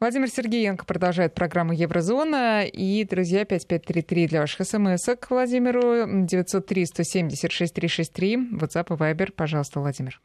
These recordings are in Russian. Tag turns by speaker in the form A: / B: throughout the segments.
A: Владимир Сергеенко продолжает программу «Еврозона». И, друзья, 5533 для ваших смс-ок к Владимиру. 903-170-6363. WhatsApp и Viber. Пожалуйста, Владимир.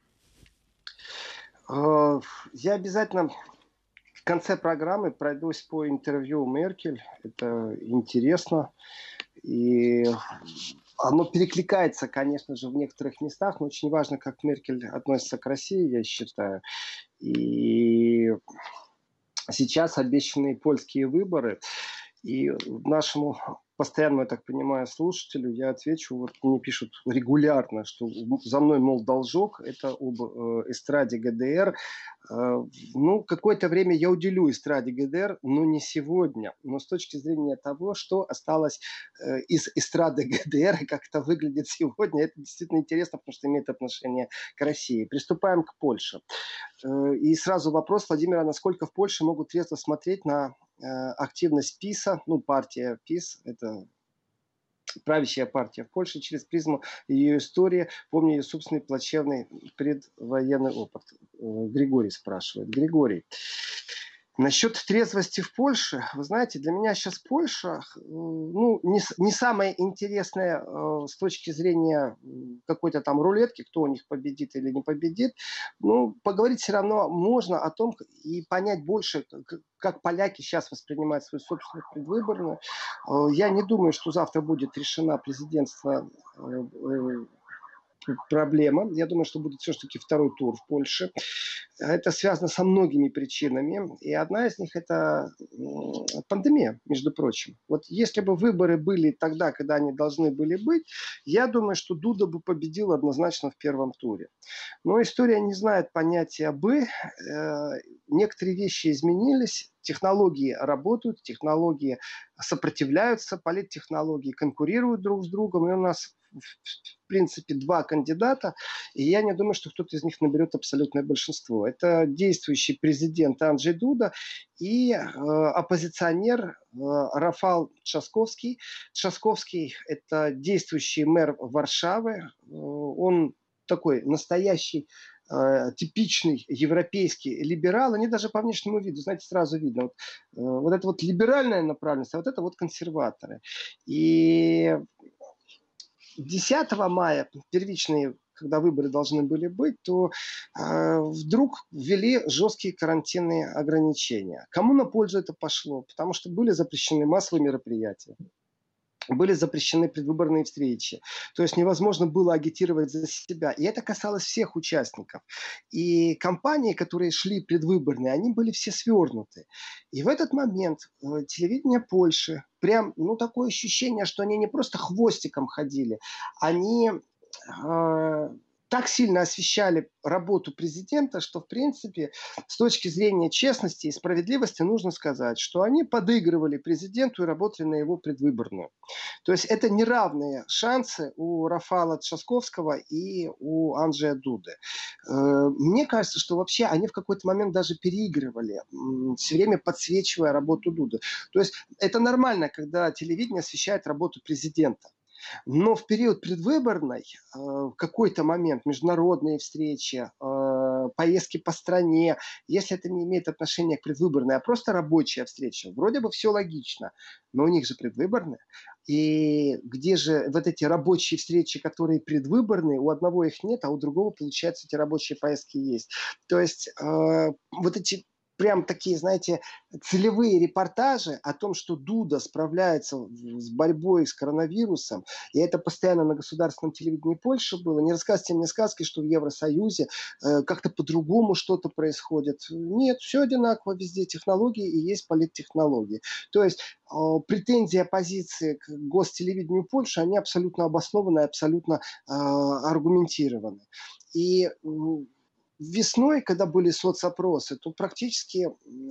B: Я обязательно в конце программы пройдусь по интервью Меркель. Это интересно. И оно перекликается, конечно же, в некоторых местах. Но очень важно, как Меркель относится к России, я считаю. И сейчас обещанные польские выборы. И нашему постоянному, я так понимаю, слушателю я отвечу, вот мне пишут регулярно, что за мной, мол, должок, это об эстраде ГДР. Ну, какое-то время я уделю эстраде ГДР, но не сегодня. Но с точки зрения того, что осталось из эстрады ГДР и как это выглядит сегодня, это действительно интересно, потому что имеет отношение к России. Приступаем к Польше. И сразу вопрос, Владимира, насколько в Польше могут трезво смотреть на активность ПиСа, ну, партия ПиС, это правящая партия в Польше, через призму ее истории, помню ее собственный плачевный предвоенный опыт. Григорий спрашивает. Григорий, насчет трезвости в Польше, вы знаете, для меня сейчас Польша ну, не самая интересная с точки зрения какой-то там рулетки, кто у них победит или не победит. Ну, поговорить все равно можно о том и понять больше, как поляки сейчас воспринимают свою собственную предвыборную. Я не думаю, что завтра будет решена президентство проблема. Я думаю, что будет все-таки второй тур в Польше. Это связано со многими причинами. И одна из них это пандемия, между прочим. Вот если бы выборы были тогда, когда они должны были быть, я думаю, что Дуда бы победил однозначно в первом туре. Но история не знает понятия «бы». Некоторые вещи изменились. Технологии работают, технологии сопротивляются, политтехнологии конкурируют друг с другом. И у нас в принципе два кандидата, и я не думаю, что кто-то из них наберет абсолютное большинство. Это действующий президент Анджей Дуда и оппозиционер Рафал Трzaskowski. Трzaskowski – это действующий мэр Варшавы. Он такой настоящий типичный европейский либерал, они даже по внешнему виду, знаете, сразу видно. Вот это вот либеральная направленность, а вот это вот консерваторы. И 10 мая, первичные, когда выборы должны были быть, то вдруг ввели жесткие карантинные ограничения. Кому на пользу это пошло? Потому что были запрещены массовые мероприятия. Были запрещены предвыборные встречи. То есть невозможно было агитировать за себя. И это касалось всех участников. И кампании, которые шли предвыборные, они были все свернуты. И в этот момент телевидение Польши, прям, ну, такое ощущение, что они не просто хвостиком ходили, они так сильно освещали работу президента, что, в принципе, с точки зрения честности и справедливости нужно сказать, что они подыгрывали президенту и работали на его предвыборную. То есть это неравные шансы у Рафала Трzaskowskiego и у Анджея Дуды. Мне кажется, что вообще они в какой-то момент даже переигрывали, все время подсвечивая работу Дуды. То есть это нормально, когда телевидение освещает работу президента. Но в период предвыборной в какой-то момент международные встречи, поездки по стране, если это не имеет отношения к предвыборной, а просто рабочая встреча, вроде бы все логично, но у них же предвыборная. И где же вот эти рабочие встречи, которые предвыборные, у одного их нет, а у другого, получается, эти рабочие поездки есть. То есть вот эти прям такие, знаете, целевые репортажи о том, что Дуда справляется с борьбой с коронавирусом, и это постоянно на государственном телевидении Польши было. Не рассказывайте мне сказки, что в Евросоюзе как-то по-другому что-то происходит. Нет, все одинаково везде. Технологии и есть политтехнологии. То есть претензии оппозиции к гостелевидению Польши, они абсолютно обоснованы, абсолютно аргументированы. И весной, когда были соцопросы, то практически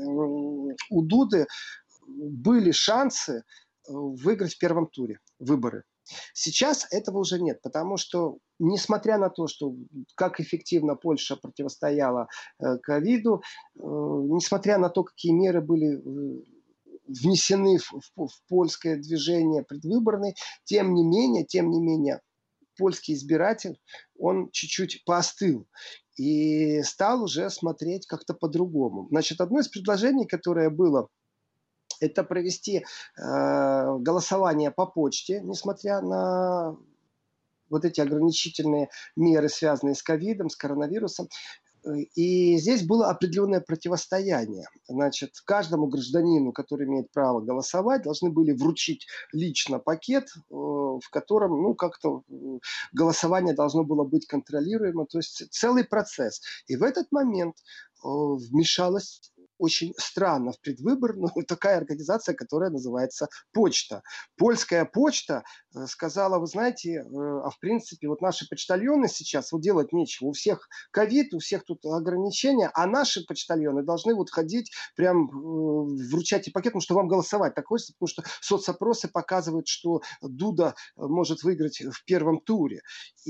B: у Дуды были шансы выиграть в первом туре выборы. Сейчас этого уже нет, потому что, несмотря на то, что как эффективно Польша противостояла ковиду, несмотря на то, какие меры были внесены в польское движение предвыборное, тем не менее, польский избиратель, он чуть-чуть поостыл. и стал уже смотреть как-то по-другому. Значит, одно из предложений, которое было, это провести голосование по почте, несмотря на вот эти ограничительные меры, связанные с ковидом, с коронавирусом. И здесь было определенное противостояние. Значит, каждому гражданину, который имеет право голосовать, должны были вручить лично пакет, в котором, ну, как-то голосование должно было быть контролируемо. То есть целый процесс. И в этот момент вмешалась очень странно в предвыборную такая организация, которая называется «Почта». Польская почта сказала, вы знаете, а в принципе вот наши почтальоны сейчас, вот делать нечего, у всех ковид, у всех тут ограничения, а наши почтальоны должны вот ходить прям вручать и пакет, потому что вам голосовать так хочется, потому что соцопросы показывают, что Дуда может выиграть в первом туре.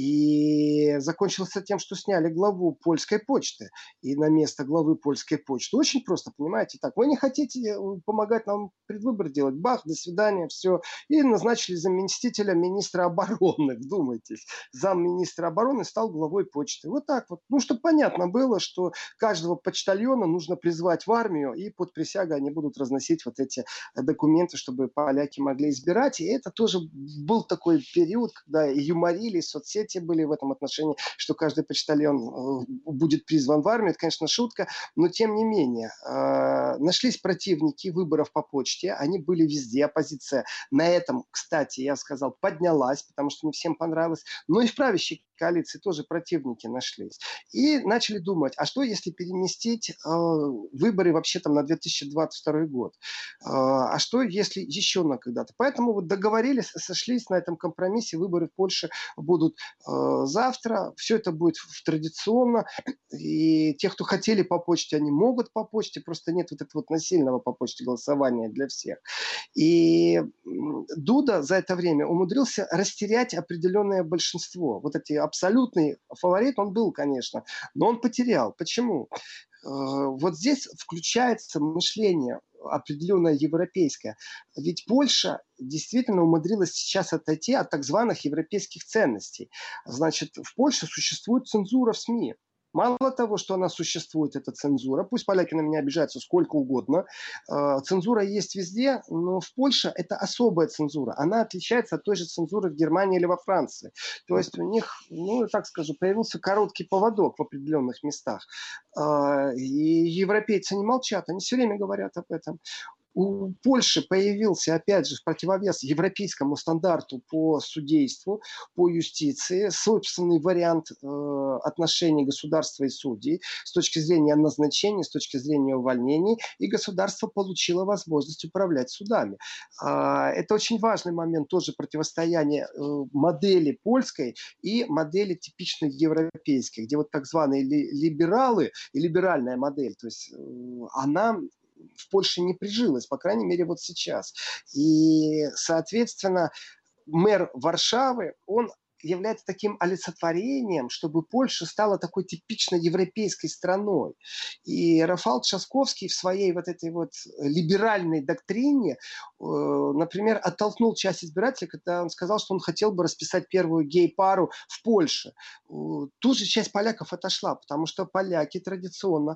B: И закончилось тем, что сняли главу польской почты. И на место главы польской почты очень просто, понимаете, так, вы не хотите помогать нам предвыбор делать, бах, до свидания, все. И назначили заместителя министра обороны, вдумайтесь. Замминистра обороны стал главой почты. Вот так вот. Ну, чтобы понятно было, что каждого почтальона нужно призвать в армию, и под присягой они будут разносить вот эти документы, чтобы поляки могли избирать. И это тоже был такой период, когда юморили, соцсети были в этом отношении, что каждый почтальон будет призван в армию. Это, конечно, шутка, но тем не менее. Нашлись противники выборов по почте, они были везде, оппозиция на этом, кстати, я сказал, поднялась, потому что не всем понравилось, но и в правящей коалиции тоже противники нашлись. И начали думать, а что если переместить выборы вообще там на 2022 год? А что если еще на когда-то? Поэтому вот договорились, сошлись на этом компромиссе, выборы в Польше будут завтра, все это будет традиционно, и те, кто хотели по почте, они могут по почте, просто нет вот этого вот насильного по почте голосования для всех. И Дуда за это время умудрился растерять определенное большинство. Вот эти абсолютный фаворит он был, конечно, но он потерял. Почему? Вот здесь включается мышление определенное европейское. Ведь Польша действительно умудрилась сейчас отойти от так званых европейских ценностей. Значит, в Польше существует цензура в СМИ. Мало того, что она существует, эта цензура, пусть поляки на меня обижаются сколько угодно, цензура есть везде, но в Польше это особая цензура. Она отличается от той же цензуры в Германии или во Франции. То есть у них, ну, так скажу, появился короткий поводок в определенных местах. И европейцы не молчат, они все время говорят об этом. У Польши появился, опять же, в противовес европейскому стандарту по судейству, по юстиции, собственный вариант отношений государства и судей с точки зрения назначений, с точки зрения увольнений, и государство получило возможность управлять судами. Это очень важный момент тоже противостояния модели польской и модели типично европейской, где вот так званые либералы и либеральная модель, то есть она в Польше не прижилось, по крайней мере, вот сейчас. И, соответственно, мэр Варшавы, он является таким олицетворением, чтобы Польша стала такой типично европейской страной. И Рафал Трzaskowski в своей вот этой вот либеральной доктрине, например, оттолкнул часть избирателей, когда он сказал, что он хотел бы расписать первую гей-пару в Польше. Тут же часть поляков отошла, потому что поляки традиционно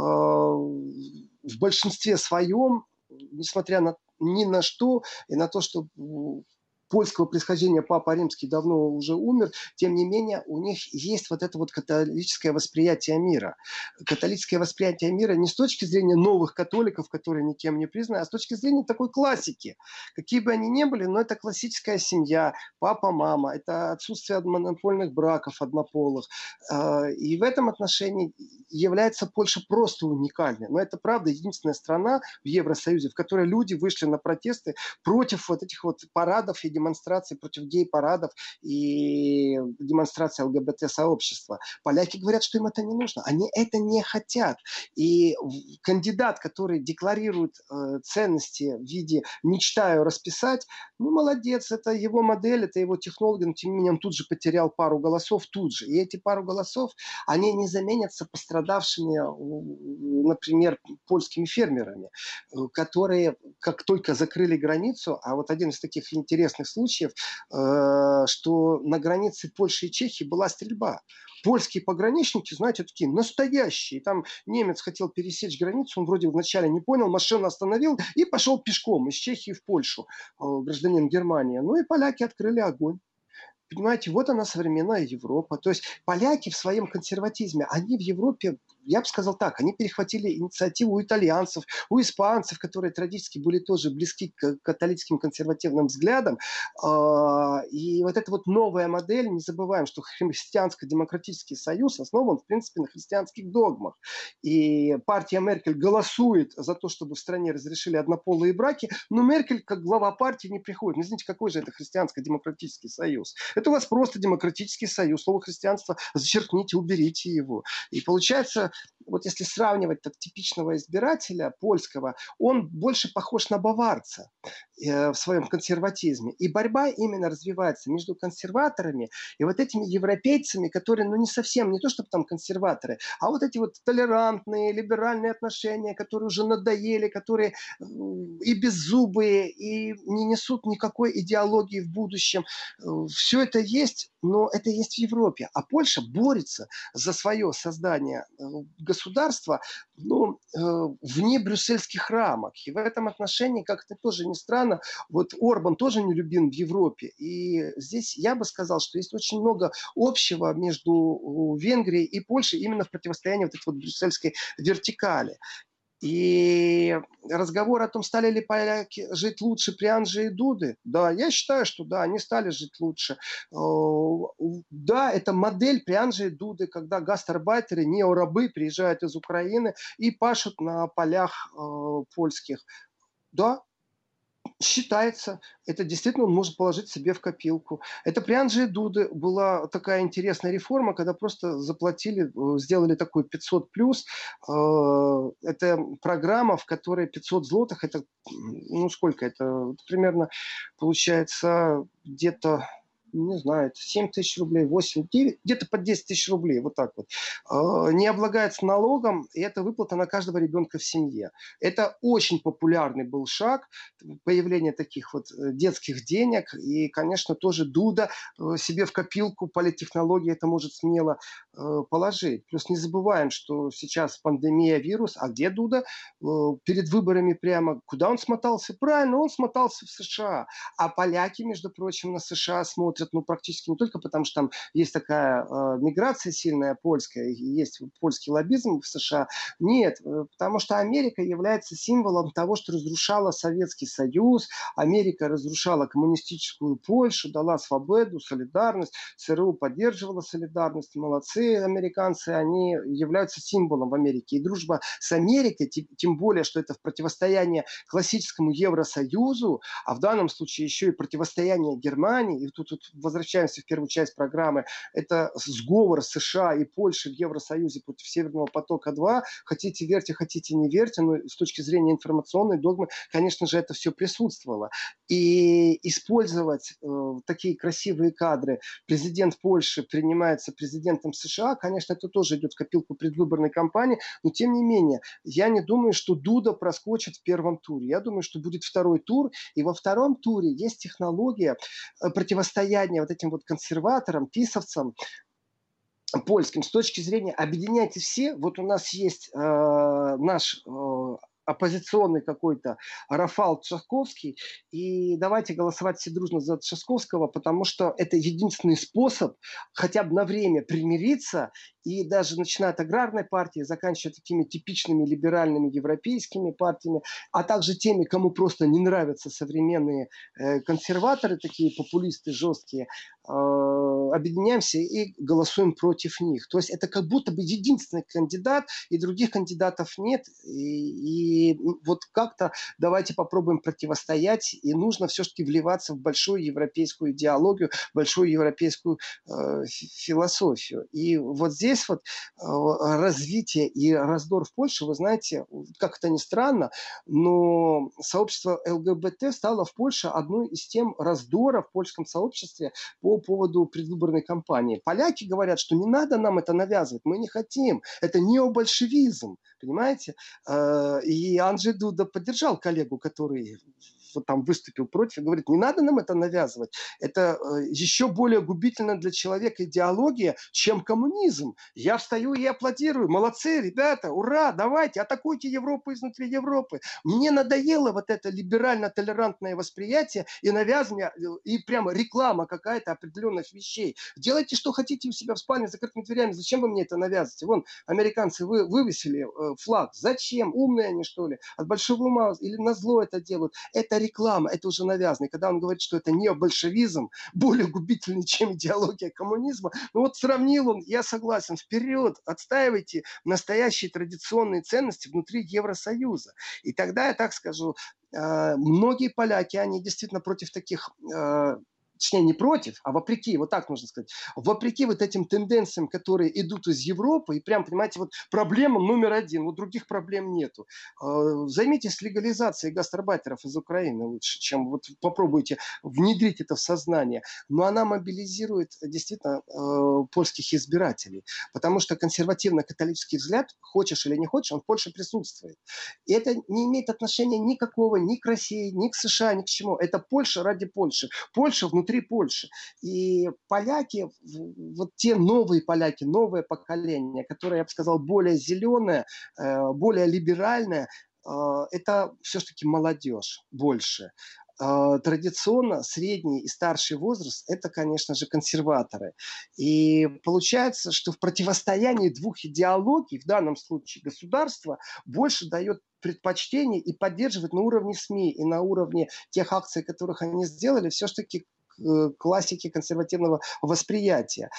B: в большинстве своем, несмотря ни на что, и на то, что польского происхождения Папа Римский давно уже умер, тем не менее у них есть вот это вот католическое восприятие мира. Католическое восприятие мира не с точки зрения новых католиков, которые никем не признаны, а с точки зрения такой классики. Какие бы они ни были, но это классическая семья, папа, мама, это отсутствие монопольных браков однополых. И в этом отношении является Польша просто уникальной. Но это правда единственная страна в Евросоюзе, в которой люди вышли на протесты против вот этих вот парадов и демонстраций, против гей-парадов и демонстраций ЛГБТ-сообщества. Поляки говорят, что им это не нужно. Они это не хотят. И кандидат, который декларирует ценности в виде «мечтаю расписать», ну, молодец, это его модель, это его технология, но тем не менее он тут же потерял пару голосов, тут же. И эти пару голосов, они не заменятся пострадавшими, например, польскими фермерами, которые как только закрыли границу, а вот один из таких интересных случаев, что на границе Польши и Чехии была стрельба. польские пограничники, знаете, такие настоящие. Там немец хотел пересечь границу, он вроде вначале не понял, машину остановил и пошел пешком из Чехии в Польшу, гражданин Германии. Ну и поляки открыли огонь. Понимаете, вот она современная Европа. То есть поляки в своем консерватизме, они в Европе, я бы сказал так, они перехватили инициативу у итальянцев, у испанцев, которые традиционно были тоже близки к католическим консервативным взглядам. И вот эта вот новая модель, не забываем, что христианско-демократический союз основан, в принципе, на христианских догмах. И партия Меркель голосует за то, чтобы в стране разрешили однополые браки, но Меркель, как глава партии, не приходит. Ну, знаете, какой же это христианско-демократический союз? Это у вас просто демократический союз. Слово христианство зачеркните, уберите его. И получается, вот если сравнивать так типичного избирателя польского, он больше похож на баварца в своем консерватизме. И борьба именно развивается между консерваторами и вот этими европейцами, которые, ну, не совсем, не то чтобы там консерваторы, а вот эти вот толерантные, либеральные отношения, которые уже надоели, которые и беззубые, и не несут никакой идеологии в будущем. Все это есть, но это есть в Европе. А Польша борется за свое создание государства, ну, вне брюссельских рамок. И в этом отношении, как-то тоже не странно, вот Орбан тоже не любим в Европе. И здесь я бы сказал, что есть очень много общего между Венгрией и Польшей именно в противостоянии вот этой вот брюссельской вертикали. И разговор о том, стали ли поляки жить лучше при Анджее Дуде, да, я считаю, что да, они стали жить лучше. Да, это модель при Анджее Дуде, когда гастарбайтеры, неорабы приезжают из Украины и пашут на полях польских. Да, считается, это действительно он может положить себе в копилку. Это при Анджее Дуде была такая интересная реформа, когда просто заплатили, сделали такой 500 плюс. Это программа, в которой 500 злотых, это, ну сколько, это примерно получается где-то, не знаю, 7 тысяч рублей, 8, 9, где-то под 10 тысяч рублей, вот так вот. Не облагается налогом, и это выплата на каждого ребенка в семье. Это очень популярный был шаг, появление таких вот детских денег, и, конечно, тоже Дуда себе в копилку политтехнологии это может смело положить. Плюс не забываем, что сейчас пандемия, вирус, а где Дуда? Перед выборами прямо, куда он смотался? Правильно, он смотался в США. А поляки, между прочим, на США смотрят, ну, практически не только потому, что там есть такая миграция сильная польская, есть польский лоббизм в США. Нет, потому что Америка является символом того, что разрушала Советский Союз, Америка разрушала коммунистическую Польшу, дала свободу, солидарность, ЦРУ поддерживала солидарность, молодцы американцы, они являются символом в Америке. И дружба с Америкой, тем более, что это в противостоянии классическому Евросоюзу, а в данном случае еще и противостояние Германии, и тут возвращаемся в первую часть программы, это сговор США и Польши в Евросоюзе против Северного потока-2. Хотите верьте, хотите не верьте, но с точки зрения информационной догмы, конечно же, это все присутствовало. И использовать такие красивые кадры, президент Польши принимается президентом США, конечно, это тоже идет в копилку предвыборной кампании, но тем не менее, я не думаю, что Дуда проскочит в первом туре. Я думаю, что будет второй тур, и во втором туре есть технология противостояния вот этим вот консерваторам, писовцам, польским, с точки зрения объединяйте все, вот у нас есть наш оппозиционный какой-то Рафал Трzaskowski, и давайте голосовать все дружно за Трzaskowskiego, потому что это единственный способ хотя бы на время примириться, и даже начиная от аграрной партии, заканчивая такими типичными либеральными европейскими партиями, а также теми, кому просто не нравятся современные консерваторы, такие популисты жесткие, объединяемся и голосуем против них. То есть это как будто бы единственный кандидат, и других кандидатов нет. И вот как-то давайте попробуем противостоять, и нужно все-таки вливаться в большую европейскую идеологию, большую европейскую философию. И вот здесь вот развитие и раздор в Польше, вы знаете, как это ни странно, но сообщество ЛГБТ стало в Польше одной из тем раздора в польском сообществе по поводу предвыборной кампании. Поляки говорят, что не надо нам это навязывать, мы не хотим. Это необольшевизм. понимаете? И Анджей Дуда поддержал коллегу, который вот там выступил против, и говорит, не надо нам это навязывать. Это еще более губительно для человека идеология, чем коммунизм. Я встаю и аплодирую. Молодцы, ребята, ура, давайте, атакуйте Европу изнутри Европы. Мне надоело вот это либерально-толерантное восприятие и навязывание, и прямо реклама какая-то определенных вещей. Делайте, что хотите у себя в спальне с закрытыми дверями. Зачем вы мне это навязываете? Вон, американцы вывесили флаг. Зачем? Умные они, что ли? От большого ума или назло это делают. Это реклама, это уже навязано. И когда он говорит, что это не большевизм, более губительный, чем идеология коммунизма, ну вот сравнил он, я согласен, вперед, отстаивайте настоящие традиционные ценности внутри Евросоюза. И тогда, я так скажу, многие поляки, они действительно против таких точнее, не против, а вопреки, вот так нужно сказать, вопреки вот этим тенденциям, которые идут из Европы, и прям, понимаете, вот проблема номер один, вот других проблем нету. Займитесь легализацией гастарбайтеров из Украины лучше, чем вот попробуйте внедрить это в сознание. Но она мобилизирует действительно польских избирателей, потому что консервативно-католический взгляд, хочешь или не хочешь, он в Польше присутствует. И это не имеет отношения никакого ни к России, ни к США, ни к чему. Это Польша ради Польши. Польша внутри Польши. И поляки, вот те новые поляки, новое поколение, которое, я бы сказал, более зеленое, более либеральное, это все-таки молодежь больше. Традиционно средний и старший возраст – это, конечно же, консерваторы. И получается, что в противостоянии двух идеологий, в данном случае государство, больше дает предпочтение и поддерживает на уровне СМИ и на уровне тех акций, которых они сделали, все-таки классики консервативного восприятия.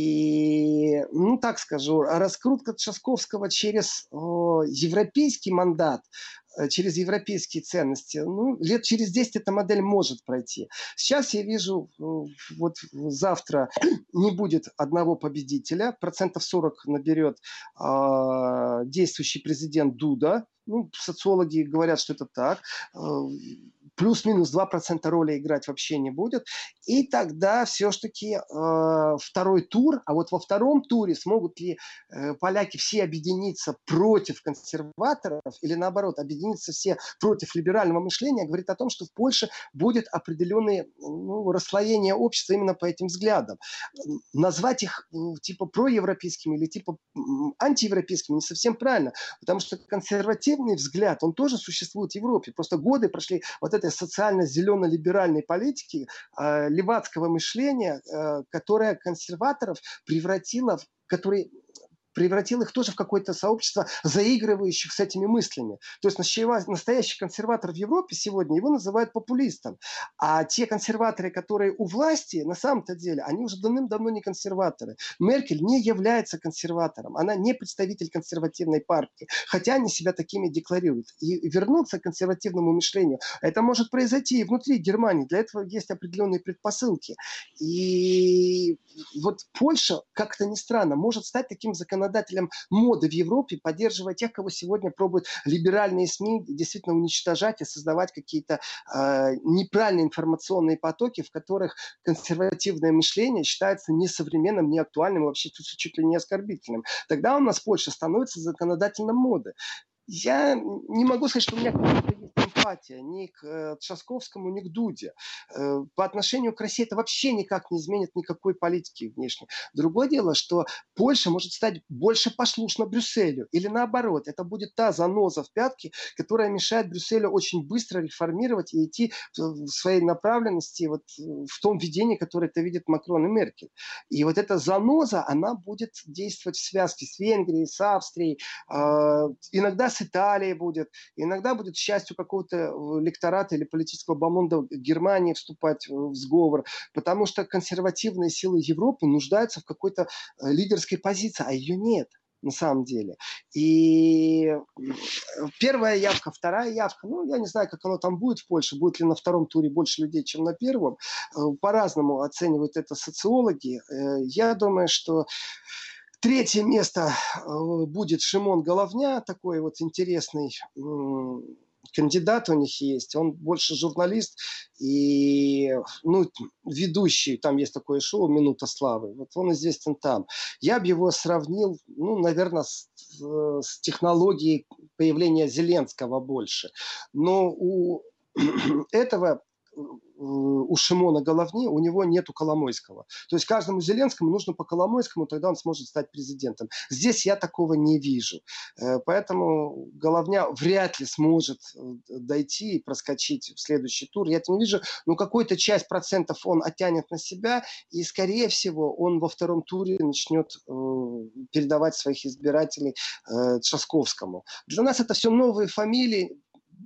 B: И, ну так скажу, раскрутка Трzaskowskiego через европейский мандат, через европейские ценности, ну, лет через 10 эта модель может пройти. Сейчас я вижу, вот завтра не будет одного победителя, 40% наберет действующий президент Дуда. Ну, социологи говорят, что это так. Плюс-минус 2% роли играть вообще не будет. И тогда все-таки второй тур, а вот во втором туре смогут ли поляки все объединиться против консерваторов или наоборот объединиться все против либерального мышления, говорит о том, что в Польше будет определенное расслоение общества именно по этим взглядам. Назвать их типа проевропейскими или типа антиевропейскими не совсем правильно, потому что консервативный взгляд, он тоже существует в Европе. Просто годы прошли вот этой социально-зелено-либеральной политики, левацкого мышления, которое консерваторов превратило превратил их тоже в какое-то сообщество заигрывающих с этими мыслями. То есть настоящий консерватор в Европе сегодня, его называют популистом. А те консерваторы, которые у власти, на самом-то деле, они уже давным-давно не консерваторы. Меркель не является консерватором. Она не представитель консервативной партии. Хотя они себя такими декларируют. И вернуться к консервативному мышлению, это может произойти и внутри Германии. Для этого есть определенные предпосылки. И вот Польша, как-то ни странно, может стать таким законодателем моды в Европе, поддерживая тех, кого сегодня пробуют либеральные СМИ действительно уничтожать и создавать какие-то неправильные информационные потоки, в которых консервативное мышление считается несовременным, неактуальным и вообще чуть ли не оскорбительным. Тогда у нас Польша становится законодателем моды. Я не могу сказать, что у меня какая-то есть эмпатия ни к Трzaskowski'mu, ни к Дуде. По отношению к России это вообще никак не изменит никакой политики внешней. Другое дело, что Польша может стать больше послушна Брюсселю. Или наоборот, это будет та заноза в пятке, которая мешает Брюсселю очень быстро реформировать и идти в своей направленности вот в том видении, которое это видит Макрон и Меркель. И вот эта заноза, она будет действовать в связке с Венгрией, с Австрией, иногда с Италией будет, иногда будет счастью какого-то лектората или политического бомонда Германии вступать в сговор, потому что консервативные силы Европы нуждаются в какой-то лидерской позиции, а ее нет на самом деле. И первая явка, вторая явка, ну, я не знаю, как оно там будет в Польше, будет ли на втором туре больше людей, чем на первом. По-разному оценивают это социологи. Я думаю, что третье место будет Шимон Головня, такой вот интересный кандидат у них есть, он больше журналист и ведущий, там есть такое шоу «Минута славы», вот он известен там. Я бы его сравнил, наверное, с технологией появления Зеленского больше. Но у этого у Шимона Головни, у него нету Коломойского. То есть каждому Зеленскому нужно по Коломойскому, тогда он сможет стать президентом. Здесь я такого не вижу. Поэтому Головня вряд ли сможет дойти и проскочить в следующий тур. Я это не вижу. Но какую-то часть процентов он оттянет на себя, и, скорее всего, он во втором туре начнет передавать своих избирателей Трzaskowski'mu. Для нас это все новые фамилии.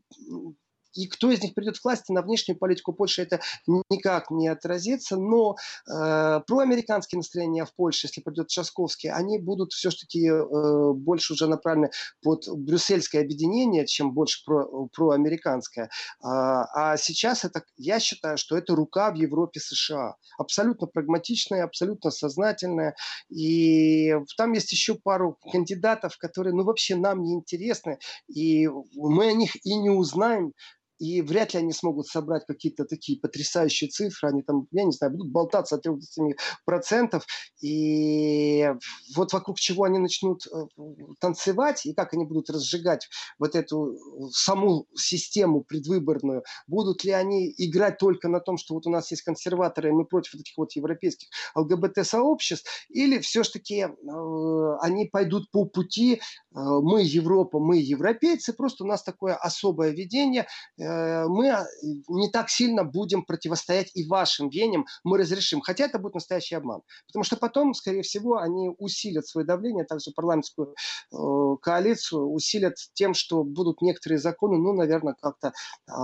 B: И кто из них придет к власти, на внешнюю политику Польши это никак не отразится. Но проамериканские настроения в Польше, если придет Трzaskowski, они будут все-таки больше уже направлены под брюссельское объединение, чем больше проамериканское. А сейчас я считаю, что это рука в Европе США. Абсолютно прагматичная, абсолютно сознательная. И там есть еще пару кандидатов, которые вообще нам не интересны. И мы о них и не узнаем. И вряд ли они смогут собрать какие-то такие потрясающие цифры. Они там, я не знаю, будут болтаться от 3%. И вот вокруг чего они начнут танцевать, и как они будут разжигать вот эту саму систему предвыборную. Будут ли они играть только на том, что вот у нас есть консерваторы, и мы против таких вот европейских ЛГБТ-сообществ, или все-таки они пойдут по пути мы Европа, мы европейцы, просто у нас такое особое видение, мы не так сильно будем противостоять и вашим веяниям, мы разрешим. Хотя это будет настоящий обман. Потому что потом, скорее всего, они усилят свое давление, также парламентскую коалицию, усилят тем, что будут некоторые законы, наверное, как-то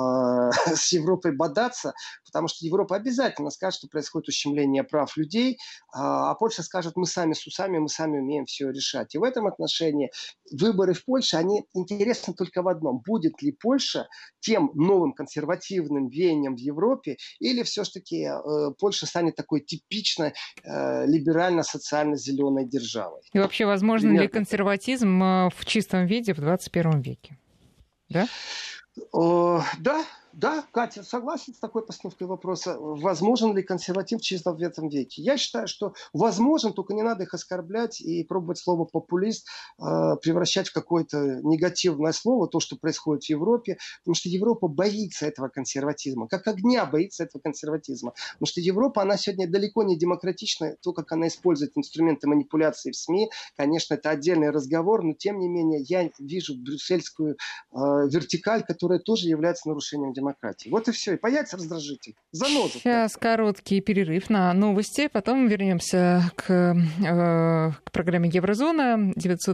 B: с Европой бодаться, потому что Европа обязательно скажет, что происходит ущемление прав людей, а Польша скажет, мы сами с усами, мы сами умеем все решать. И в этом отношении выборы в Польше, они интересны только в одном. Будет ли Польша тем новым консервативным веянием в Европе, или все-таки Польша станет такой типичной либерально-социально-зеленой державой?
A: И вообще, возможен ли консерватизм в чистом виде в 21 веке? Да?
B: Да, Катя, согласен с такой постановкой вопроса. Возможен ли консерватив чисто в этом веке? Я считаю, что возможен, только не надо их оскорблять и пробовать слово «популист» превращать в какое-то негативное слово, то, что происходит в Европе, потому что Европа боится этого консерватизма, как огня боится этого консерватизма. Потому что Европа, она сегодня далеко не демократичная, то, как она использует инструменты манипуляции в СМИ, конечно, это отдельный разговор, но тем не менее я вижу брюссельскую вертикаль, которая тоже является нарушением демократии. Вот и все. И появится раздражитель. Заноза.
A: Сейчас короткий перерыв на новости. Потом вернемся к программе Еврозона.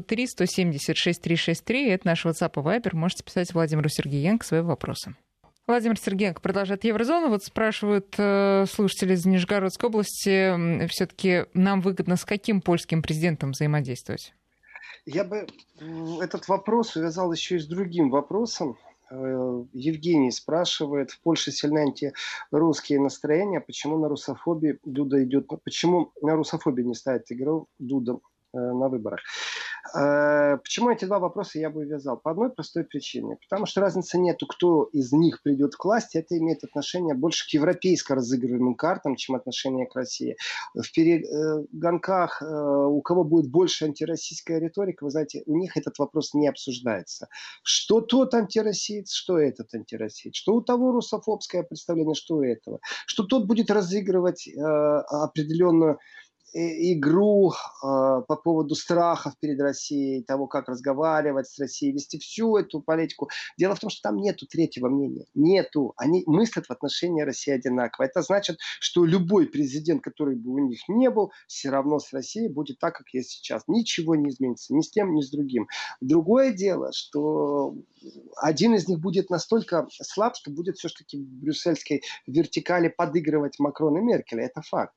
A: 903-170-6363. Это наш WhatsApp и Viber. Можете писать Владимиру Сергеенко свои вопросы. Владимир Сергеенко продолжает Еврозону. Вот спрашивают слушатели из Нижегородской области, все-таки нам выгодно с каким польским президентом взаимодействовать?
B: Я бы этот вопрос увязал еще и с другим вопросом. Евгений спрашивает, в Польше сильны антирусские настроения, почему на русофобии Дуда идет, почему на русофобии не ставит игру Дуда на выборах? Почему эти два вопроса я бы увязал? По одной простой причине. Потому что разницы нету, кто из них придет к власти. Это имеет отношение больше к европейско разыгрываемым картам, чем отношение к России. В перегонках, у кого будет больше антироссийская риторика, вы знаете, у них этот вопрос не обсуждается. Что тот антироссиец, что этот антироссиец. Что у того русофобское представление, что у этого. Что тот будет разыгрывать определенную игру по поводу страхов перед Россией, того, как разговаривать с Россией, вести всю эту политику. Дело в том, что там нету третьего мнения. Нету. Они мыслят в отношении России одинаково. Это значит, что любой президент, который бы у них не был, все равно с Россией будет так, как есть сейчас. Ничего не изменится. Ни с тем, ни с другим. Другое дело, что один из них будет настолько слаб, что будет все-таки в брюссельской вертикали подыгрывать Макрон и Меркель. Это факт.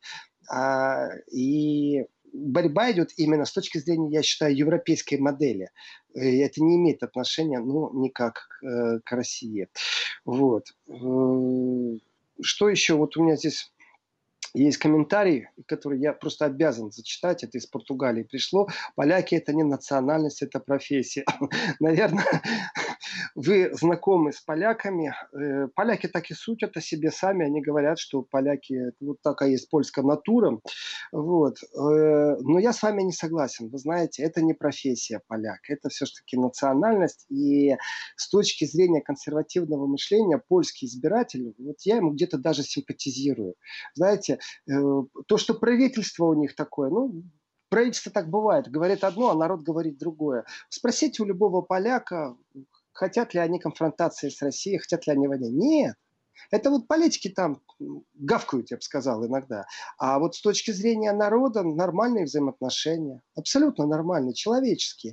B: И борьба идет именно с точки зрения, я считаю, европейской модели. Это не имеет отношения, никак к России. Вот. Что еще? Вот у меня здесь есть комментарий, который я просто обязан зачитать. Это из Португалии пришло. Поляки — это не национальность, это профессия. Наверное, вы знакомы с поляками. Поляки так и сутят о себе сами. Они говорят, что поляки, вот такая есть польская натура. Вот. Но я с вами не согласен. Вы знаете, это не профессия поляк. Это все-таки национальность. И с точки зрения консервативного мышления, польский избиратель, вот я ему где-то даже симпатизирую. Знаете, то, что правительство у них такое, ну, правительство так бывает. Говорит одно, а народ говорит другое. Спросите у любого поляка, хотят ли они конфронтации с Россией, хотят ли они войны. Нет. Это вот политики там гавкают, я бы сказал, иногда. А вот с точки зрения народа нормальные взаимоотношения. Абсолютно нормальные, человеческие.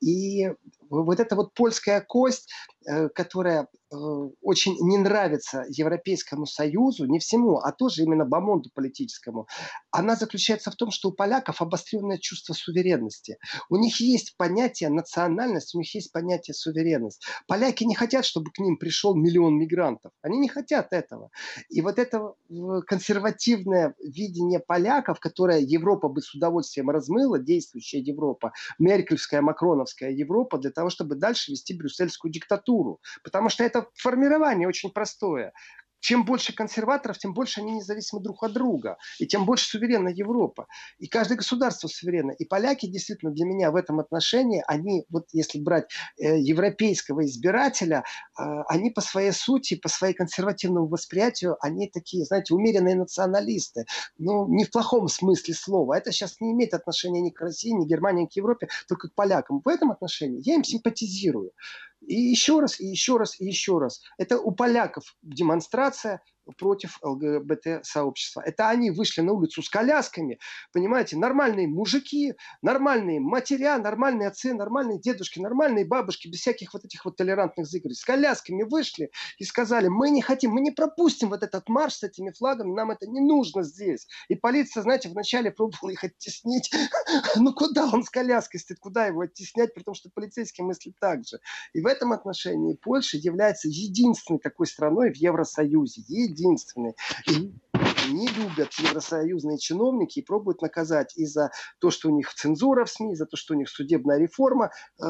B: И вот эта вот польская кость, которая очень не нравится Европейскому Союзу, не всему, а тоже именно бомонду политическому, она заключается в том, что у поляков обостренное чувство суверенности. У них есть понятие национальность, у них есть понятие суверенность. Поляки не хотят, чтобы к ним пришел миллион мигрантов. Они не хотят этого. И вот это консервативное видение поляков, которое Европа бы с удовольствием размыла, действующая Европа, меркельская, макроновская Европа, для того, чтобы дальше вести брюссельскую диктатуру. Потому что это формирование очень простое. Чем больше консерваторов, тем больше они независимы друг от друга. И тем больше суверенна Европа. И каждое государство суверенно. И поляки действительно для меня в этом отношении, они, вот если брать европейского избирателя, они по своей сути, по своей консервативному восприятию, они такие, знаете, умеренные националисты. Но не в плохом смысле слова. Это сейчас не имеет отношения ни к России, ни к Германии, ни к Европе, только к полякам. В этом отношении я им симпатизирую. И еще раз, и еще раз, и еще раз. Это у поляков демонстрация против ЛГБТ-сообщества. Это они вышли на улицу с колясками, понимаете, нормальные мужики, нормальные матеря, нормальные отцы, нормальные дедушки, нормальные бабушки, без всяких вот этих вот толерантных зыгрей. С колясками вышли и сказали, мы не хотим, мы не пропустим вот этот марш с этими флагами, нам это не нужно здесь. И полиция, знаете, вначале пробовала их оттеснить. Ну куда он с коляской стоит, куда его оттеснять, при том, что полицейские мыслят так же. И в этом отношении Польша является единственной такой страной в Евросоюзе. Единственной. И не любят евросоюзные чиновники и пробуют наказать и за то, что у них цензура в СМИ, за то, что у них судебная реформа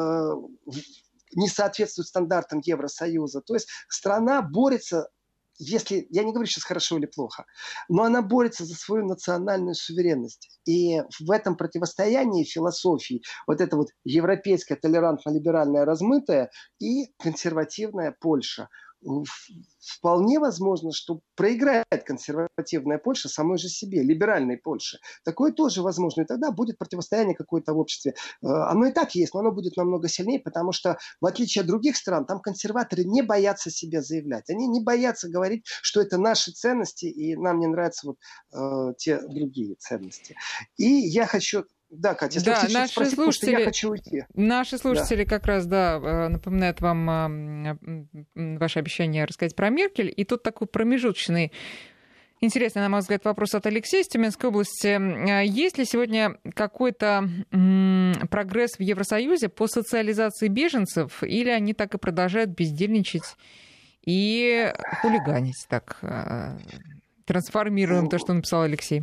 B: не соответствует стандартам Евросоюза. То есть страна борется, если, я не говорю сейчас хорошо или плохо, но она борется за свою национальную суверенность. И в этом противостоянии философии вот это вот европейская толерантно-либеральная размытая и консервативная Польша. Вполне возможно, что проиграет консервативная Польша самой же себе, либеральной Польше. Такое тоже возможно. И тогда будет противостояние какое-то в обществе. Оно и так есть, но оно будет намного сильнее, потому что, в отличие от других стран, там консерваторы не боятся себя заявлять. Они не боятся говорить, что это наши ценности, и нам не нравятся вот те другие ценности. И я хочу... Да, Катя, если
A: Да,
B: хотите что-то спросить, потому что я хочу уйти.
A: Наши слушатели как раз, да, напоминают вам ваше обещание рассказать про Меркель. И тут такой промежуточный, интересный, на мой взгляд, вопрос от Алексея из Тюменской области. Есть ли сегодня какой-то прогресс в Евросоюзе по социализации беженцев, или они так и продолжают бездельничать и хулиганить? Так, трансформируем то, что написал Алексей.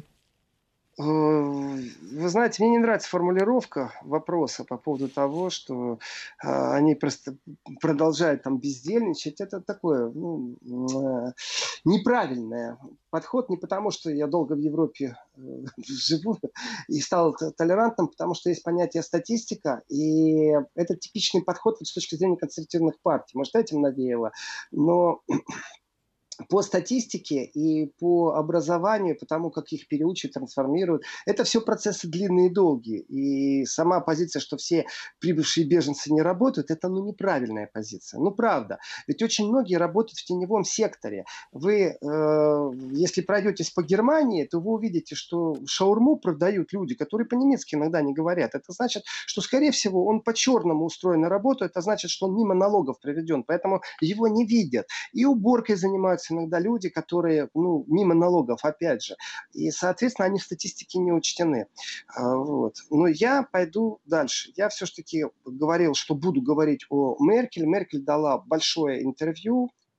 B: Вы знаете, мне не нравится формулировка вопроса по поводу того, что они просто продолжают там бездельничать. Это такое неправильный подход. Не потому, что я долго в Европе живу и стал толерантным, потому что есть понятие статистика, и это типичный подход вот с точки зрения консервативных партий. Может, этим навеяло, но... По статистике и по образованию, по тому, как их переучивают, трансформируют, это все процессы длинные и долгие. И сама позиция, что все прибывшие беженцы не работают, это неправильная позиция. Правда. Ведь очень многие работают в теневом секторе. Вы, если пройдетесь по Германии, то вы увидите, что шаурму продают люди, которые по-немецки иногда не говорят. Это значит, что, скорее всего, он по-черному устроен на работу. Это значит, что он мимо налогов приведен. Поэтому его не видят. И уборкой занимаются иногда люди, которые мимо налогов, опять же. И, соответственно, они в статистике не учтены. Вот. Но я пойду дальше. Я все-таки говорил, что буду говорить о Меркель. Меркель дала большое интервью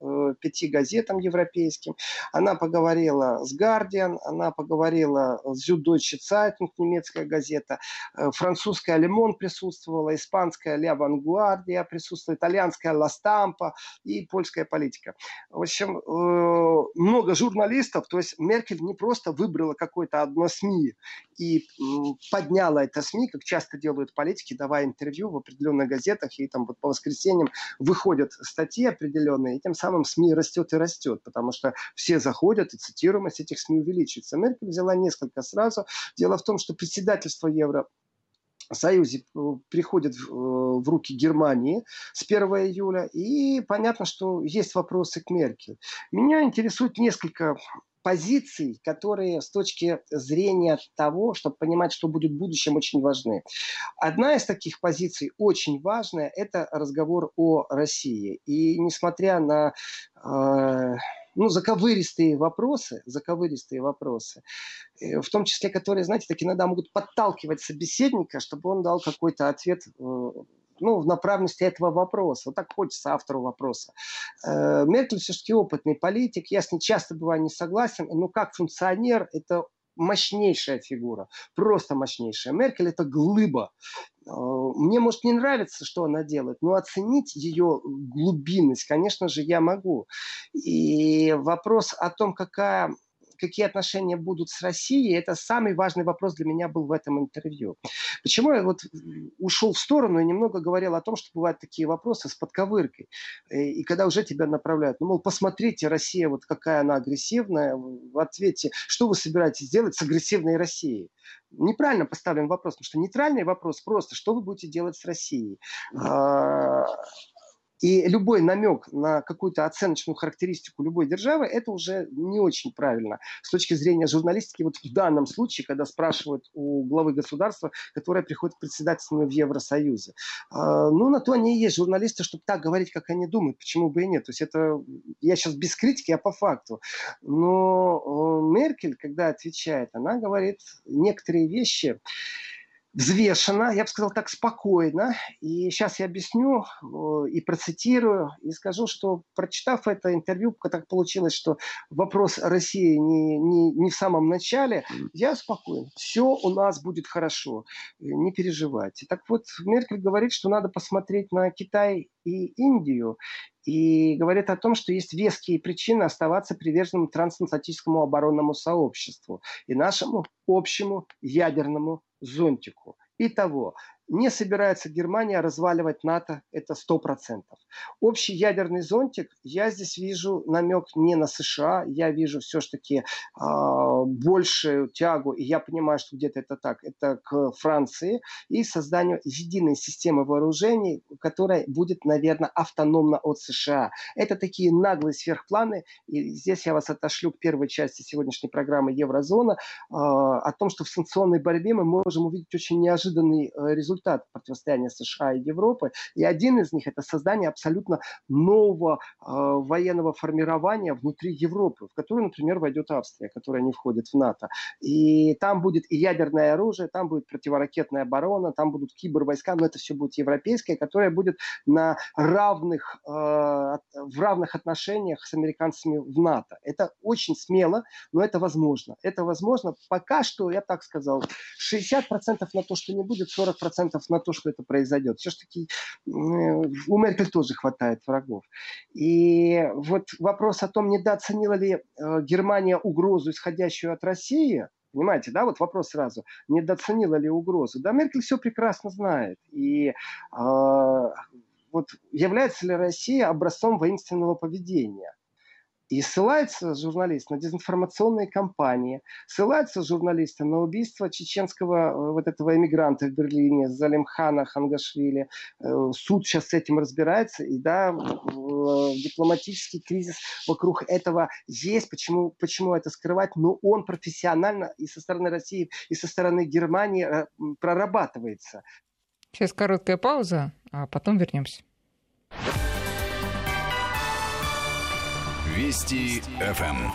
B: 5 газетам европейским, она поговорила с Guardian, она поговорила с Süddeutsche Zeitung, немецкая газета, французская Le Monde присутствовала, испанская La Vanguardia присутствовала, итальянская La Stampa и польская Политика. В общем, много журналистов, то есть Меркель не просто выбрала какое-то одно СМИ и подняла это СМИ, как часто делают политики, давая интервью в определенных газетах, и там вот по воскресеньям выходят статьи определенные, и тем самым СМИ растет и растет, потому что все заходят, и цитируемость этих СМИ увеличивается. Меркель взяла несколько сразу. Дело в том, что председательство Евросоюзе приходит в руки Германии с 1 июля, и понятно, что есть вопросы к Меркель. Меня интересует несколько позиций, которые с точки зрения того, чтобы понимать, что будет в будущем, очень важны. Одна из таких позиций очень важная – это разговор о России. И несмотря на заковыристые вопросы, в том числе, которые, знаете, так иногда могут подталкивать собеседника, чтобы он дал какой-то ответ в направленности этого вопроса. Вот так хочется автору вопроса. Меркель все-таки опытный политик. Я с ней часто бываю не согласен, но как функционер это мощнейшая фигура. Просто мощнейшая. Меркель это глыба. Мне, может, не нравится, что она делает, но оценить ее глубинность, конечно же, я могу. И вопрос о том, какие отношения будут с Россией, это самый важный вопрос для меня был в этом интервью. Почему я ушел в сторону и немного говорил о том, что бывают такие вопросы с подковыркой. И когда уже тебя направляют, посмотрите, Россия, вот какая она агрессивная, в ответе, что вы собираетесь делать с агрессивной Россией? Неправильно поставлен вопрос, потому что нейтральный вопрос просто, что вы будете делать с Россией? И любой намек на какую-то оценочную характеристику любой державы, это уже не очень правильно. С точки зрения журналистики, вот в данном случае, когда спрашивают у главы государства, которое приходит к председательству в Евросоюзе. На то они и есть журналисты, чтобы так говорить, как они думают. Почему бы и нет? То есть это я сейчас без критики, а по факту. Но Меркель, когда отвечает, она говорит некоторые вещи взвешенно, я бы сказал так, спокойно. И сейчас я объясню и процитирую, и скажу, что прочитав это интервью, так получилось, что вопрос России не в самом начале, я спокоен. Все у нас будет хорошо, не переживайте. Так вот, Меркель говорит, что надо посмотреть на Китай и Индию, и говорит о том, что есть веские причины оставаться приверженным трансатлантическому оборонному сообществу и нашему общему ядерному зонтику. Итого, не собирается Германия разваливать НАТО, это 100%. Общий ядерный зонтик, я здесь вижу намек не на США, я вижу все-таки большую тягу, и я понимаю, что где-то это так, это к Франции и созданию единой системы вооружений, которая будет, наверное, автономна от США. Это такие наглые сверхпланы, и здесь я вас отошлю к первой части сегодняшней программы Еврозона, о том, что в санкционной борьбе мы можем увидеть очень неожиданный результат противостояния США и Европы. И один из них – это создание абсолютно нового военного формирования внутри Европы, в которое, например, войдет Австрия, которая не входит в НАТО. И там будет и ядерное оружие, там будет противоракетная оборона, там будут кибервойска, но это все будет европейское, которое будет в равных отношениях с американцами в НАТО. Это очень смело, но это возможно. Это возможно. Пока что, я так сказал, 60% на то, что не будет, 40% на то, что это произойдет. Все-таки у Меркель тоже хватает врагов. И вот вопрос о том, недооценила ли Германия угрозу, исходящую от России, понимаете, да, вот вопрос сразу, недооценила ли угрозу. Да, Меркель все прекрасно знает. И является ли Россия образцом воинственного поведения? И ссылается журналист на дезинформационные кампании, ссылается журналисты на убийство чеченского этого эмигранта в Берлине, Залимхана Хангашвили. Суд сейчас с этим разбирается, и да, дипломатический кризис вокруг этого есть. Почему это скрывать? Но он профессионально и со стороны России, и со стороны Германии прорабатывается.
A: Сейчас короткая пауза, а потом вернемся.
C: Вести ФМ.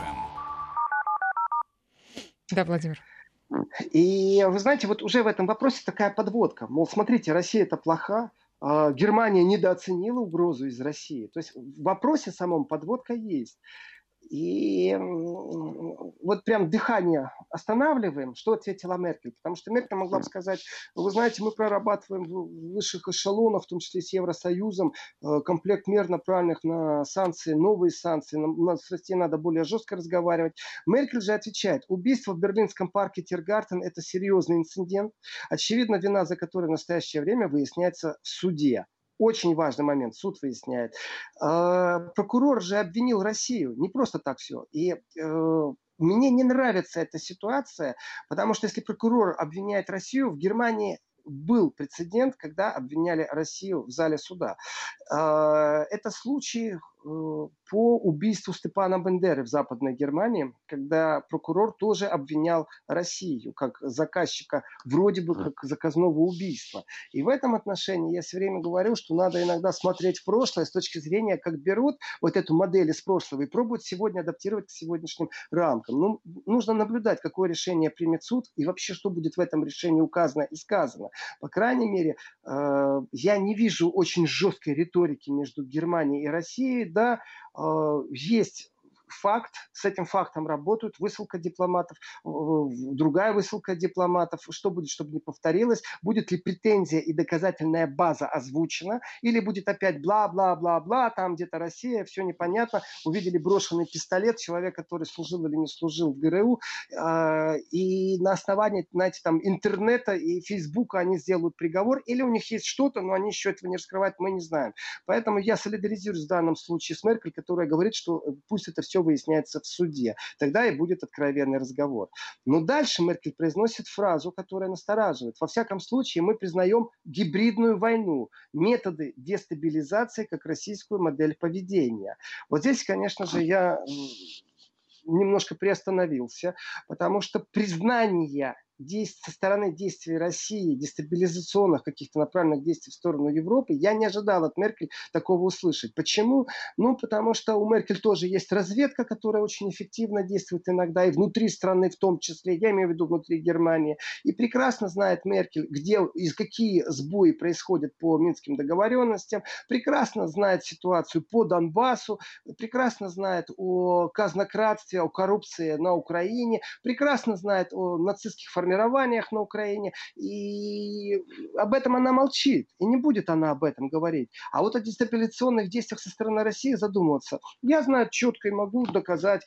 A: Да, Владимир.
B: И вы знаете, вот уже в этом вопросе такая подводка. Мол, смотрите, Россия это плоха, Германия недооценила угрозу из России. То есть в вопросе самом подводка есть. И вот прям дыхание останавливаем, что ответила Меркель. Потому что Меркель могла бы сказать, вы знаете, мы прорабатываем в высших эшелонах, в том числе с Евросоюзом, комплект мер, направленных на санкции, новые санкции. С Россией надо более жестко разговаривать. Меркель же отвечает, убийство в берлинском парке Тиргартен – это серьезный инцидент. Очевидно, вина за который в настоящее время выясняется в суде. Очень важный момент, суд выясняет. Прокурор же обвинил Россию. Не просто так все. И мне не нравится эта ситуация, потому что если прокурор обвиняет Россию, в Германии был прецедент, когда обвиняли Россию в зале суда. Это случай по убийству Степана Бендеры в Западной Германии, когда прокурор тоже обвинял Россию как заказчика, вроде бы как заказного убийства. И в этом отношении я все время говорю, что надо иногда смотреть в прошлое с точки зрения, как берут вот эту модель из прошлого и пробуют сегодня адаптировать к сегодняшним рамкам. Ну, нужно наблюдать, какое решение примет суд и вообще, что будет в этом решении указано и сказано. По крайней мере, я не вижу очень жесткой риторики между Германией и Россией. Да, есть факт, с этим фактом работают, высылка дипломатов, другая высылка дипломатов. Что будет, чтобы не повторилось? Будет ли претензия и доказательная база озвучена? Или будет опять бла-бла-бла-бла, там где-то Россия, все непонятно. Увидели брошенный пистолет, человек, который служил или не служил в ГРУ, и на основании, знаете, там, интернета и Фейсбука они сделают приговор, или у них есть что-то, но они еще этого не раскрывают, мы не знаем. Поэтому я солидаризируюсь в данном случае с Меркель, которая говорит, что пусть это все выясняется в суде. Тогда и будет откровенный разговор. Но дальше Меркель произносит фразу, которая настораживает. Во всяком случае, мы признаем гибридную войну, методы дестабилизации как российскую модель поведения. Вот здесь, конечно же, я немножко приостановился, потому что признание со стороны действий России, дестабилизационных каких-то направленных действий в сторону Европы, я не ожидал от Меркель такого услышать. Почему? Ну, потому что у Меркель тоже есть разведка, которая очень эффективно действует иногда и внутри страны в том числе, я имею в виду внутри Германии. И прекрасно знает Меркель, где и какие сбои происходят по Минским договоренностям, прекрасно знает ситуацию по Донбассу, прекрасно знает о казнократстве, о коррупции на Украине, прекрасно знает о нацистских формированиях на Украине, и об этом она молчит, и не будет она об этом говорить. А вот о дестабилизационных действиях со стороны России задумываться. Я знаю четко и могу доказать,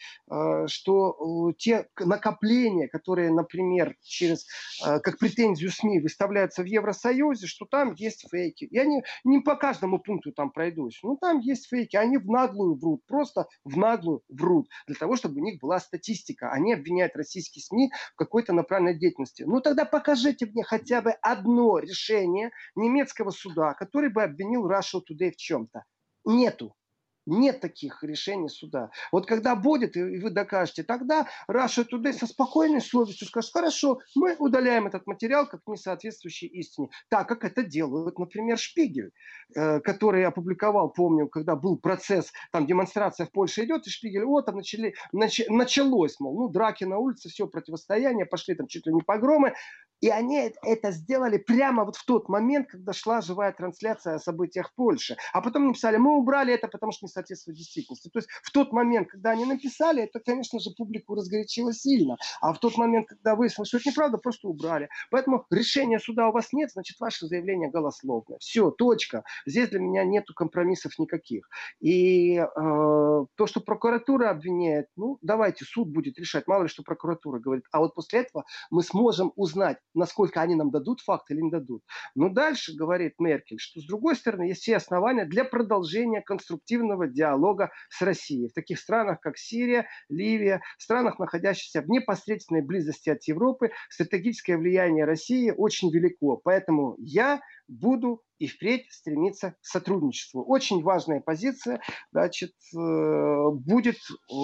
B: что те накопления, которые, например, через как претензию СМИ выставляются в Евросоюзе, что там есть фейки. Я не по каждому пункту там пройдусь, но там есть фейки, они в наглую врут, просто в наглую врут, для того, чтобы у них была статистика. Они обвиняют российские СМИ в какой-то направленной деятельности. Ну тогда покажите мне хотя бы одно решение немецкого суда, который бы обвинил Russia Today в чем-то. Нету. Нет таких решений суда. Вот когда будет, и вы докажете, тогда Russia Today со спокойной совестью скажет, хорошо, мы удаляем этот материал как не соответствующий истине. Так, как это делают, например, Шпигель, который опубликовал, помню, когда был процесс, там демонстрация в Польше идет, и Шпигель, вот там началось, мол, ну, драки на улице, все, противостояние, пошли там чуть ли не погромы. И они это сделали прямо вот в тот момент, когда шла живая трансляция о событиях в Польше. А потом написали, мы убрали это, потому что не соответствует действительности. То есть в тот момент, когда они написали, это, конечно же, публику разгорячило сильно. А в тот момент, когда выяснилось, что это неправда, просто убрали. Поэтому решения суда у вас нет, значит, ваше заявление голословное. Все, точка. Здесь для меня нету компромиссов никаких. И то, что прокуратура обвиняет, ну, давайте, суд будет решать. Мало ли, что прокуратура говорит. А вот после этого мы сможем узнать, насколько они нам дадут факт или не дадут. Но дальше говорит Меркель, что с другой стороны есть все основания для продолжения конструктивного диалога с Россией. В таких странах, как Сирия, Ливия, странах, находящихся в непосредственной близости от Европы, стратегическое влияние России очень велико. Поэтому я буду и впредь стремиться к сотрудничеству. Очень важная позиция, значит, будет...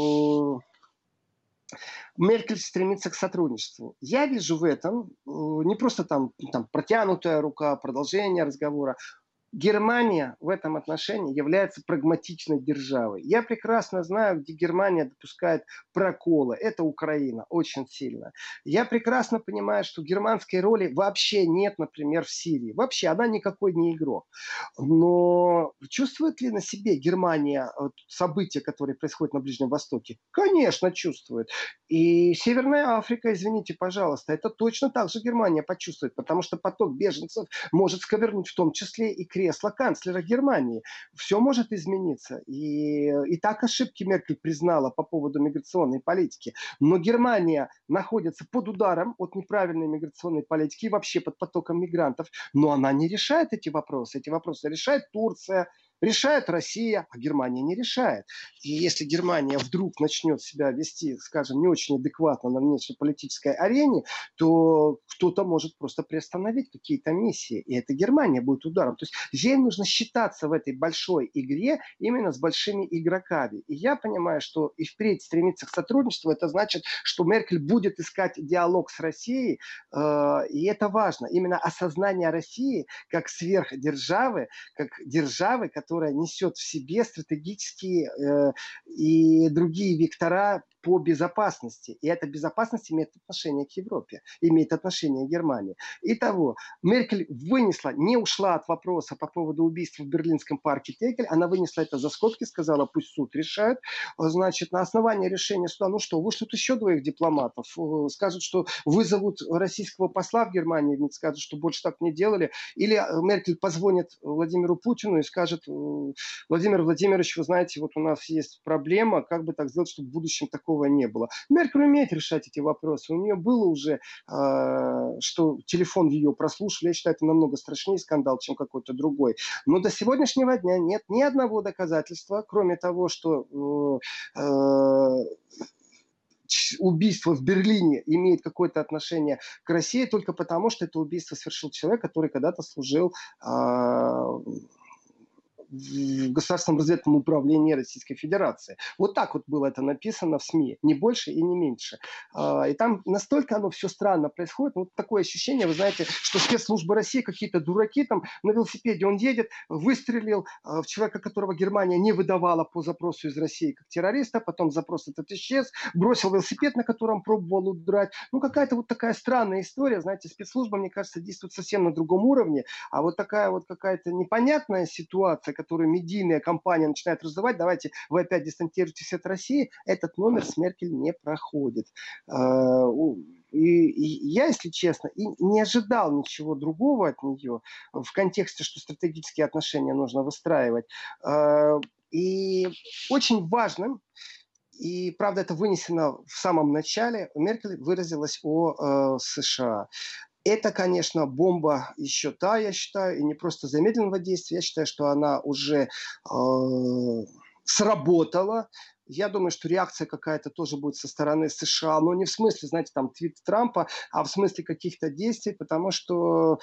B: Меркель стремится к сотрудничеству. Я вижу в этом не просто там протянутая рука, продолжение разговора. Германия в этом отношении является прагматичной державой. Я прекрасно знаю, где Германия допускает проколы. Это Украина, очень сильно. Я прекрасно понимаю, что германской роли вообще нет, например, в Сирии. Вообще, она никакой не игрок. Но чувствует ли на себе Германия события, которые происходят на Ближнем Востоке? Конечно, чувствует. И Северная Африка, извините, пожалуйста, это точно так же Германия почувствует, потому что поток беженцев может сковернуть в том числе и кресло канцлера Германии. Все может измениться. И так ошибки Меркель признала по поводу миграционной политики. Но Германия находится под ударом от неправильной миграционной политики и вообще под потоком мигрантов. Но она не решает эти вопросы. Эти вопросы решает Турция, решает Россия, а Германия не решает. И если Германия вдруг начнет себя вести, скажем, не очень адекватно на внешнеполитической арене, то кто-то может просто приостановить какие-то миссии. И эта Германия будет ударом. То есть ей нужно считаться в этой большой игре именно с большими игроками. И я понимаю, что и впредь стремиться к сотрудничеству, это значит, что Меркель будет искать диалог с Россией. И это важно. Именно осознание России как сверхдержавы, как державы, которая несет в себе стратегические и другие вектора по безопасности. И эта безопасность имеет отношение к Европе, имеет отношение к Германии. Итого, Меркель вынесла, не ушла от вопроса по поводу убийства в Берлинском парке Тегель, она вынесла это за скобки, сказала, пусть суд решает. Значит, на основании решения суда, ну что, вышлют еще двоих дипломатов, скажут, что вызовут российского посла в Германии, скажут, что больше так не делали, или Меркель позвонит Владимиру Путину и скажет, Владимир Владимирович, вы знаете, вот у нас есть проблема, как бы так сделать, чтобы в будущем такого не было. Меркель умеет решать эти вопросы. У нее было уже, что телефон ее прослушали. Я считаю, это намного страшнее скандал, чем какой-то другой. Но до сегодняшнего дня нет ни одного доказательства, кроме того, что убийство в Берлине имеет какое-то отношение к России только потому, что это убийство совершил человек, который когда-то служил в Государственном разведывательном управлении Российской Федерации. Вот так вот было это написано в СМИ. Не больше и не меньше. И там настолько оно все странно происходит. Вот такое ощущение, вы знаете, что спецслужбы России какие-то дураки, там на велосипеде он едет, выстрелил в человека, которого Германия не выдавала по запросу из России как террориста, потом запрос этот исчез, бросил велосипед, на котором пробовал удрать. Ну, какая-то вот такая странная история. Знаете, спецслужба, мне кажется, действует совсем на другом уровне, а вот такая вот какая-то непонятная ситуация, которую медийная компания начинает раздавать, давайте вы опять дистанцируетесь от России, этот номер с Меркель не проходит. И я, если честно, и не ожидал ничего другого от нее в контексте, что стратегические отношения нужно выстраивать. И очень важным, и, правда, это вынесено в самом начале, Меркель выразилась о США. Это, конечно, бомба еще та, я считаю, и не просто замедленного действия. Я считаю, что она уже сработала. Я думаю, что реакция какая-то тоже будет со стороны США, но не в смысле, знаете, там твит Трампа, а в смысле каких-то действий, потому что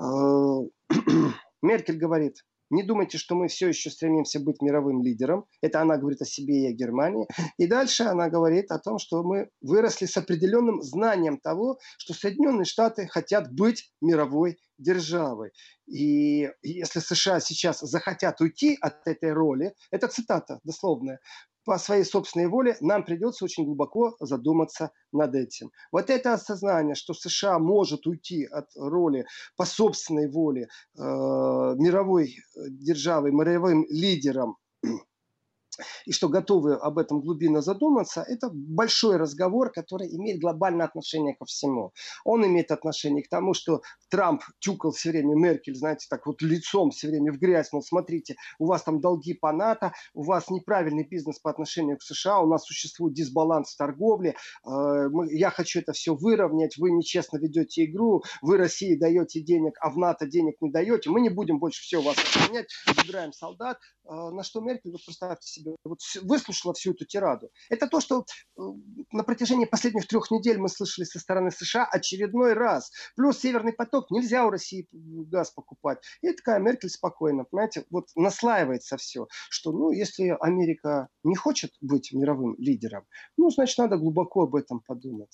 B: Меркель говорит, не думайте, что мы все еще стремимся быть мировым лидером. Это она говорит о себе и о Германии. И дальше она говорит о том, что мы выросли с определенным знанием того, что Соединенные Штаты хотят быть мировой державой. И если США сейчас захотят уйти от этой роли, это цитата дословная, по своей собственной воле, нам придется очень глубоко задуматься над этим. Вот это осознание, что США может уйти от роли по собственной воле мировой державой, мировым лидером, и что готовы об этом глубинно задуматься, это большой разговор, который имеет глобальное отношение ко всему. Он имеет отношение к тому, что Трамп тюкал все время Меркель, знаете, так вот лицом все время в грязь, мол, смотрите, у вас там долги по НАТО, у вас неправильный бизнес по отношению к США, у нас существует дисбаланс в торговле, я хочу это все выровнять, вы нечестно ведете игру, вы России даете денег, а в НАТО денег не даете, мы не будем больше все вас охранять, забираем солдат. На что Меркель, вот представьте себе, вот выслушала всю эту тираду. Это то, что на протяжении последних 3 недель мы слышали со стороны США очередной раз. Плюс Северный поток, нельзя у России газ покупать. И такая Меркель спокойно, понимаете, вот наслаивается все, что, ну, если Америка не хочет быть мировым лидером, ну, значит, надо глубоко об этом подумать.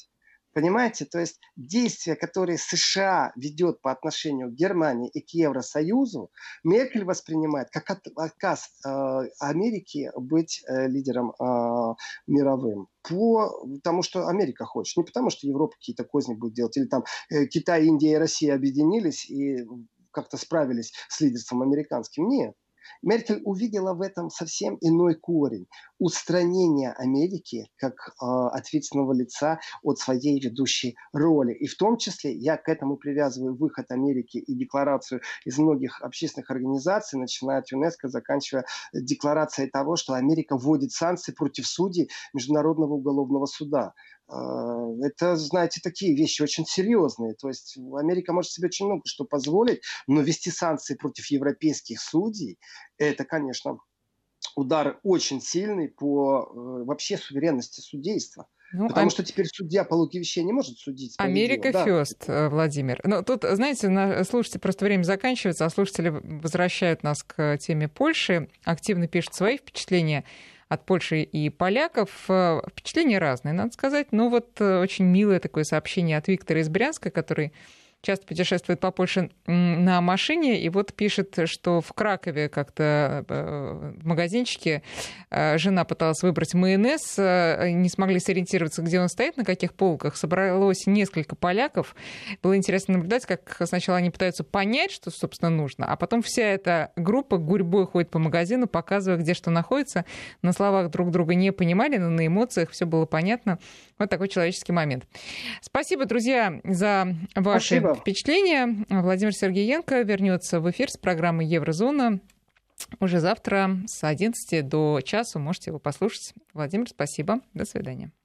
B: Понимаете? То есть действия, которые США ведет по отношению к Германии и к Евросоюзу, Меркель воспринимает как отказ Америки быть лидером мировым. Потому что Америка хочет. Не потому что Европа какие-то козни будет делать. Или там Китай, Индия и Россия объединились и как-то справились с лидерством американским. Нет. Меркель увидела в этом совсем иной корень. Устранение Америки как ответственного лица от своей ведущей роли. И в том числе я к этому привязываю выход Америки и декларацию из многих общественных организаций, начиная от ЮНЕСКО, заканчивая декларацией того, что Америка вводит санкции против судей Международного уголовного суда. Это, знаете, такие вещи очень серьезные. То есть Америка может себе очень много что позволить, но ввести санкции против европейских судей, это, конечно, удар очень сильный по вообще суверенности судейства.
A: Ну,
B: потому что теперь судья по логике вещей не может судить справедливо.
A: Америка фёст, Владимир. Но тут, знаете, слушайте, просто время заканчивается, а слушатели возвращают нас к теме Польши, активно пишут свои впечатления от Польши и поляков. Впечатления разные, надо сказать. Но вот очень милое такое сообщение от Виктора из Брянска, который часто путешествует по Польше на машине, и вот пишет, что в Кракове как-то в магазинчике жена пыталась выбрать майонез, не смогли сориентироваться, где он стоит, на каких полках. Собралось несколько поляков. Было интересно наблюдать, как сначала они пытаются понять, что, собственно, нужно, а потом вся эта группа гурьбой ходит по магазину, показывая, где что находится. На словах друг друга не понимали, но на эмоциях все было понятно. Вот такой человеческий момент. Спасибо, друзья, за ваши впечатления. Владимир Сергеенко вернется в эфир с программой «Еврозона» уже завтра с 11 до часу. Можете его послушать. Владимир, спасибо. До свидания.